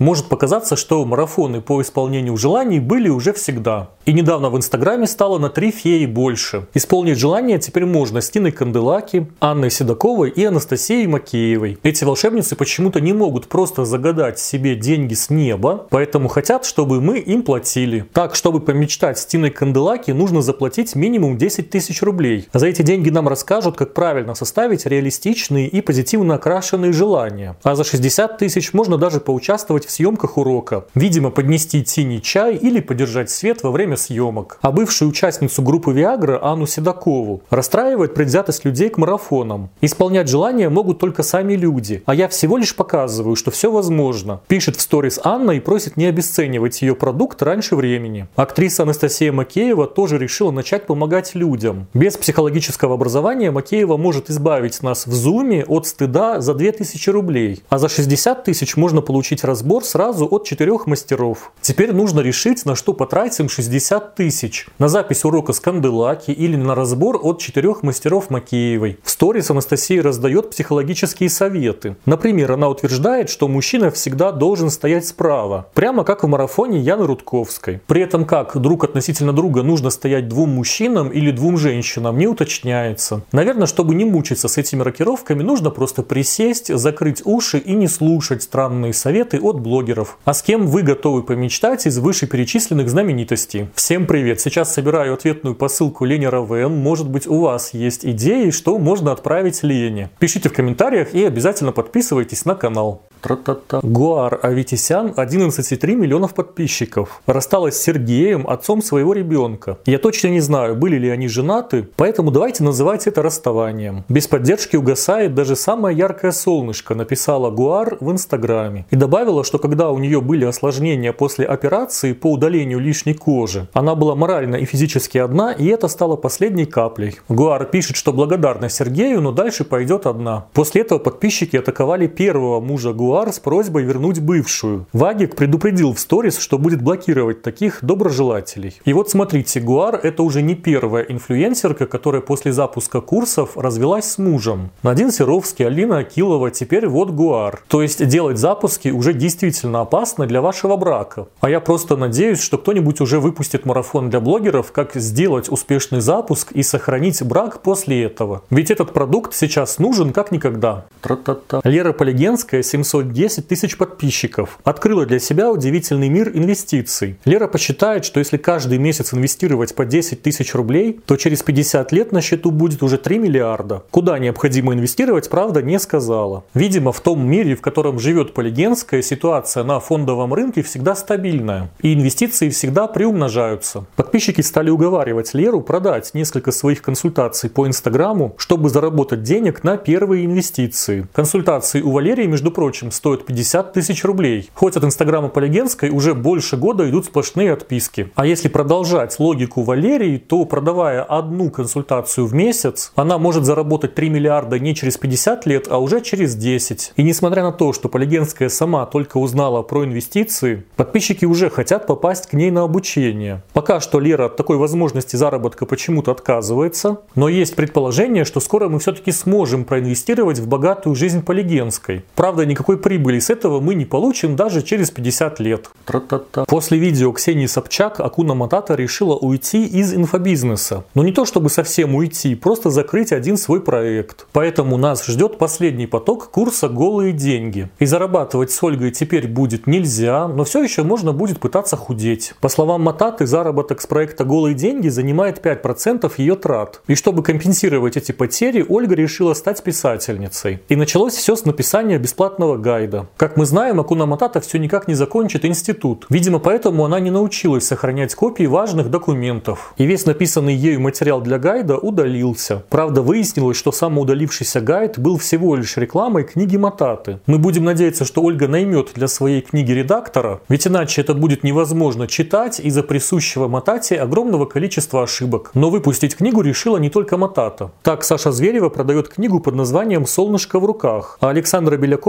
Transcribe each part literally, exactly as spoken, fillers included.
Может показаться, что марафоны по исполнению желаний были уже всегда. И недавно в Инстаграме стало на три феи больше. Исполнить желание теперь можно с Тиной Канделаки, Анной Седоковой и Анастасией Макеевой. Эти волшебницы почему-то не могут просто загадать себе деньги с неба, поэтому хотят, чтобы мы им платили. Так, чтобы помечтать с Тиной Канделаки, нужно заплатить минимум десять тысяч рублей. За эти деньги нам расскажут, как правильно составить реалистичные и позитивно окрашенные желания. А за шестьдесят тысяч можно даже поучаствовать в съемках урока. Видимо, поднести Тине чай или подержать свет во время съемок. А бывшую участницу группы Viagra Анну Седокову расстраивает предвзятость людей к марафонам. Исполнять желания могут только сами люди, а я всего лишь показываю, что все возможно. Пишет в сторис Анна и просит не обесценивать ее продукт раньше времени. Актриса Анастасия Макеева тоже решила начать помогать людям. Без психологического образования Макеева может избавить нас в зуме от стыда за две тысячи рублей, а за шестьдесят тысяч можно получить разбор сразу от четырех мастеров. Теперь нужно решить, на что потратим шестьдесят тысяч. На запись урока с Канделаки или на разбор от четырех мастеров Макеевой. В сторис Анастасия раздает психологические советы. Например, она утверждает, что мужчина всегда должен стоять справа. Прямо как в марафоне Яны Рудковской. При этом как друг относительно друга нужно стоять двум мужчинам или двум женщинам, не уточняется. Наверное, чтобы не мучиться с этими рокировками, нужно просто присесть, закрыть уши и не слушать странные советы от блогеров. А с кем вы готовы помечтать из вышеперечисленных знаменитостей? Всем привет! Сейчас собираю ответную посылку Лене Равен. Может быть, у вас есть идеи, что можно отправить Лене? Пишите в комментариях и обязательно подписывайтесь на канал. Тра-та-та. Гуар Аветисян, одиннадцать целых три миллионов подписчиков. Рассталась с Сергеем, отцом своего ребенка. Я точно не знаю, были ли они женаты, поэтому давайте называть это расставанием. Без поддержки угасает даже самое яркое солнышко, написала Гуар в Инстаграме. И добавила, что когда у нее были осложнения после операции по удалению лишней кожи, она была морально и физически одна, и это стало последней каплей. Гуар пишет, что благодарна Сергею, но дальше пойдет одна. После этого подписчики атаковали первого мужа Гуар с просьбой вернуть бывшую. Вагик предупредил в сторис, что будет блокировать таких доброжелателей. И вот смотрите, Гуар — это уже не первая инфлюенсерка, которая после запуска курсов развелась с мужем. Надин Серовский, Алина Акилова, теперь вот Гуар. То есть делать запуски уже действительно опасно для вашего брака. А я просто надеюсь, что кто-нибудь уже выпустит марафон для блогеров, как сделать успешный запуск и сохранить брак после этого. Ведь этот продукт сейчас нужен как никогда. Тра-та-та. Лера Полигенская, семьсот десять тысяч подписчиков, открыла для себя удивительный мир инвестиций. Лера посчитает, что если каждый месяц инвестировать по десять тысяч рублей, то через пятьдесят лет на счету будет уже три миллиарда. Куда необходимо инвестировать, правда, не сказала. Видимо, в том мире, в котором живет Полигенская, ситуация на фондовом рынке всегда стабильная. И инвестиции всегда приумножаются. Подписчики стали уговаривать Леру продать несколько своих консультаций по Инстаграму, чтобы заработать денег на первые инвестиции. Консультации у Валерии, между прочим, стоят пятьдесят тысяч рублей. Хоть от Инстаграма Полигенской уже больше года идут сплошные отписки. А если продолжать логику Валерии, то продавая одну консультацию в месяц, она может заработать три миллиарда не через пятьдесят лет, а уже через десять. И несмотря на то, что Полигенская сама только узнала про инвестиции, подписчики уже хотят попасть к ней на обучение. Пока что Лера от такой возможности заработка почему-то отказывается, но есть предположение, что скоро мы все-таки сможем проинвестировать в богатую жизнь Полигенской. Правда, никакой прибыли с этого мы не получим даже через пятьдесят лет. Тра-та-та. После видео Ксении Собчак Акуна Матата решила уйти из инфобизнеса. Но не то чтобы совсем уйти, просто закрыть один свой проект. Поэтому нас ждет последний поток курса «Голые деньги». И зарабатывать с Ольгой теперь будет нельзя, но все еще можно будет пытаться худеть. По словам Мататы, заработок с проекта «Голые деньги» занимает пять процентов ее трат. И чтобы компенсировать эти потери, Ольга решила стать писательницей. И началось все с написания бесплатного гайда. Как мы знаем, Акуна Матата все никак не закончит институт. Видимо, поэтому она не научилась сохранять копии важных документов. И весь написанный ею материал для гайда удалился. Правда, выяснилось, что самоудалившийся гайд был всего лишь рекламой книги Мататы. Мы будем надеяться, что Ольга наймет для своей книги редактора, ведь иначе это будет невозможно читать из-за присущего Матате огромного количества ошибок. Но выпустить книгу решила не только Матата. Так, Саша Зверева продает книгу под названием «Солнышко в руках», а Александра Белякова выпустила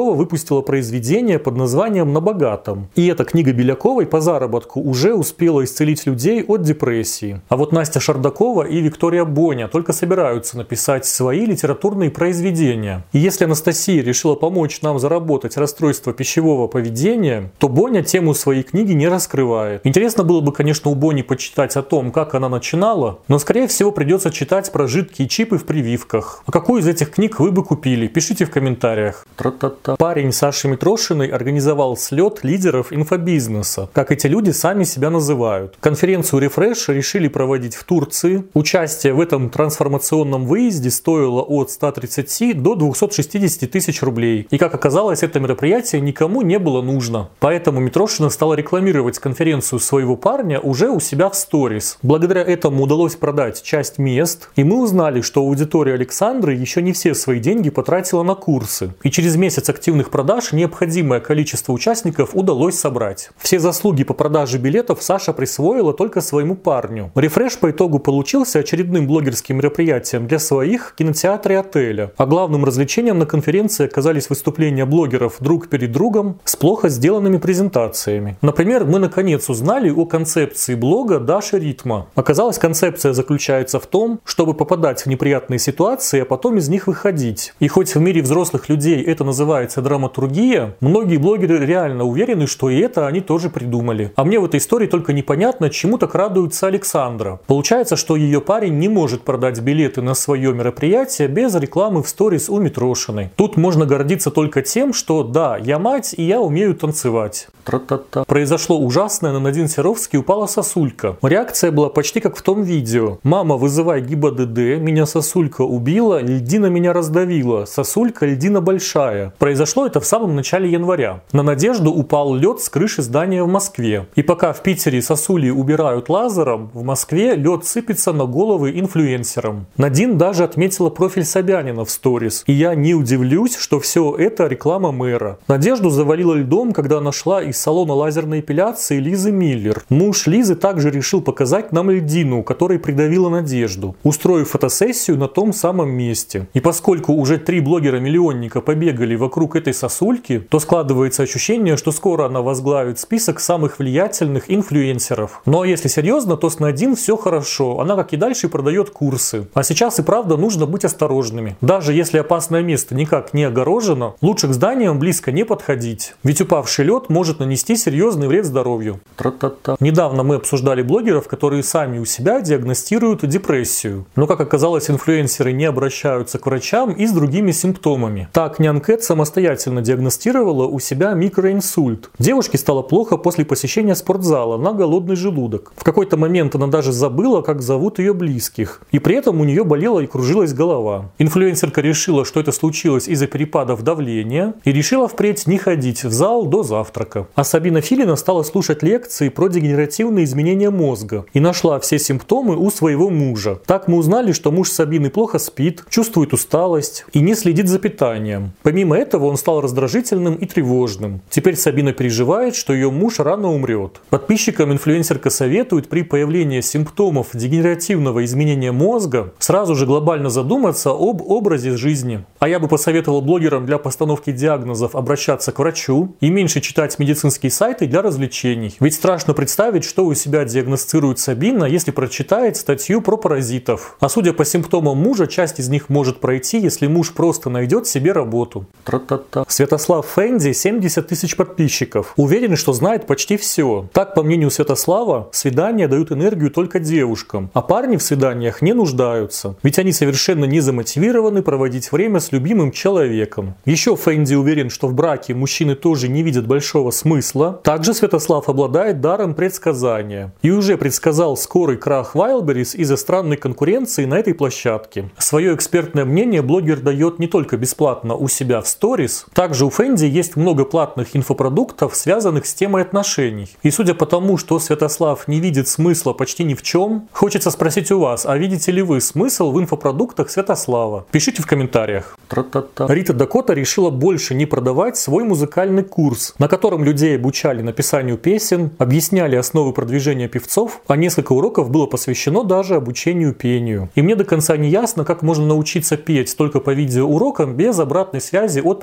выпустила произведение под названием «На богатом». И эта книга Беляковой по заработку уже успела исцелить людей от депрессии. А вот Настя Шардакова и Виктория Боня только собираются написать свои литературные произведения. И если Анастасия решила помочь нам заработать расстройство пищевого поведения, то Боня тему своей книги не раскрывает. Интересно было бы, конечно, у Бони почитать о том, как она начинала, но скорее всего придется читать про жидкие чипы в прививках. А какую из этих книг вы бы купили? Пишите в комментариях. Тра-та-та. Парень Саши Митрошиной организовал слет лидеров инфобизнеса, как эти люди сами себя называют. Конференцию Refresh решили проводить в Турции. Участие в этом трансформационном выезде стоило от ста тридцати до двухсот шестидесяти тысяч рублей. И как оказалось, это мероприятие никому не было нужно. Поэтому Митрошина стала рекламировать конференцию своего парня уже у себя в сторис. Благодаря этому удалось продать часть мест, и мы узнали, что аудитория Александры еще не все свои деньги потратила на курсы. И через месяц активных продаж необходимое количество участников удалось собрать. Все заслуги по продаже билетов Саша присвоила только своему парню. Рефреш по итогу получился очередным блогерским мероприятием для своих кинотеатра и отеля. А главным развлечением на конференции оказались выступления блогеров друг перед другом с плохо сделанными презентациями. Например, мы наконец узнали о концепции блога Даши Ритма. Оказалось, концепция заключается в том, чтобы попадать в неприятные ситуации, а потом из них выходить. И хоть в мире взрослых людей это называется драматургия, многие блогеры реально уверены, что и это они тоже придумали. А мне в этой истории только непонятно, чему так радуется Александра. Получается, что ее парень не может продать билеты на свое мероприятие без рекламы в сторис у Митрошиной. Тут можно гордиться только тем, что да, я мать и я умею танцевать. Тра-та-та. Произошло ужасное, на Надин Серовский упала сосулька. Реакция была почти как в том видео. «Мама, вызывай ГИБДД, меня сосулька убила, льдина меня раздавила, сосулька льдина большая». Произошло это в самом начале января. На Надежду упал лед с крыши здания в Москве. И пока в Питере сосули убирают лазером, в Москве лед сыпется на головы инфлюенсерам. Надин даже отметила профиль Собянина в сторис. И я не удивлюсь, что все это реклама мэра. Надежду завалило льдом, когда она шла из салона лазерной эпиляции Лизы Миллер. Муж Лизы также решил показать нам льдину, которой придавила Надежду, устроив фотосессию на том самом месте. И поскольку уже три блогера-миллионника побегали вокруг этой сосульки, то складывается ощущение, что скоро она возглавит список самых влиятельных инфлюенсеров. Ну а если серьезно, то с Надин все хорошо, она как и дальше продает курсы. А сейчас и правда нужно быть осторожными. Даже если опасное место никак не огорожено, лучше к зданиям близко не подходить. Ведь упавший лед может нанести серьезный вред здоровью. Тра-та-та. Недавно мы обсуждали блогеров, которые сами у себя диагностируют депрессию. Но, как оказалось, инфлюенсеры не обращаются к врачам и с другими симптомами. Так, Нян Кэт самостоятельно диагностировала у себя микроинсульт. Девушке стало плохо после посещения спортзала на голодный желудок. В какой-то момент она даже забыла, как зовут ее близких. И при этом у нее болела и кружилась голова. Инфлюенсерка решила, что это случилось из-за перепадов давления, и решила впредь не ходить в зал до завтрака. А Сабина Филина стала слушать лекции про дегенеративные изменения мозга и нашла все симптомы у своего мужа. Так мы узнали, что муж Сабины плохо спит, чувствует усталость и не следит за питанием. Помимо этого он стал раздражительным и тревожным. Теперь Сабина переживает, что ее муж рано умрет. Подписчикам инфлюенсерка советует при появлении симптомов дегенеративного изменения мозга сразу же глобально задуматься об образе жизни. А я бы посоветовал блогерам для постановки диагнозов обращаться к врачу и меньше читать медицинские сайты для развлечений. Ведь страшно представить, что у себя диагностирует Сабина, если прочитает статью про паразитов. А судя по симптомам мужа, часть из них может пройти, если муж просто найдет себе работу. Тра-та-та. Святослав Фенди, семьдесят тысяч подписчиков. Уверен, что знает почти все. Так, по мнению Святослава, свидания дают энергию только девушкам, а парни в свиданиях не нуждаются. Ведь они совершенно не замотивированы проводить время с любимым человеком. Еще Фенди уверен, что в браке мужчины тоже не видят большого смысла. Также Святослав обладает даром предсказания и уже предсказал скорый крах Wildberries из-за странной конкуренции на этой площадке. Свое экспертное мнение блогер дает не только бесплатно у себя в сторис, также у Фенди есть много платных инфопродуктов, связанных с темой отношений. И судя по тому, что Святослав не видит смысла почти ни в чем, хочется спросить у вас, а видите ли вы смысл в инфопродуктах Святослава? Пишите в комментариях. Тра-та-та. Рита Дакота решила больше не продавать свой музыкальный курс, на котором людей обучали написанию песен, объясняли основы продвижения певцов, а несколько уроков было посвящено даже обучению пению. И мне до конца не ясно, как можно научиться петь только по видеоурокам без обратной связи от преподавателя.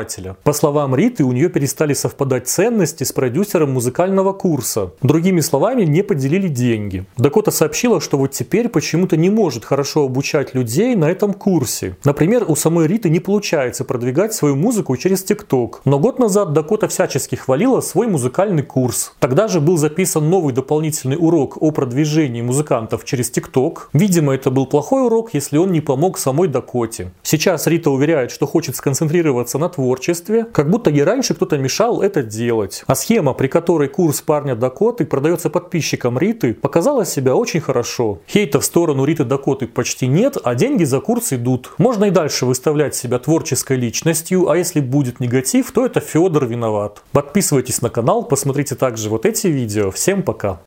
преподавателя. По словам Риты, у нее перестали совпадать ценности с продюсером музыкального курса. Другими словами, не поделили деньги. Дакота сообщила, что вот теперь почему-то не может хорошо обучать людей на этом курсе. Например, у самой Риты не получается продвигать свою музыку через ТикТок. Но год назад Дакота всячески хвалила свой музыкальный курс. Тогда же был записан новый дополнительный урок о продвижении музыкантов через ТикТок. Видимо, это был плохой урок, если он не помог самой Дакоте. Сейчас Рита уверяет, что хочет сконцентрироваться на творчестве, как будто ей раньше кто-то мешал это делать. А схема, при которой курс парня Дакоты продается подписчикам Риты, показала себя очень хорошо. Хейта в сторону Риты Дакоты почти нет, а деньги за курс идут. Можно и дальше выставлять себя творческой личностью, а если будет негатив, то это Федор виноват. Подписывайтесь на канал, посмотрите также вот эти видео. Всем пока!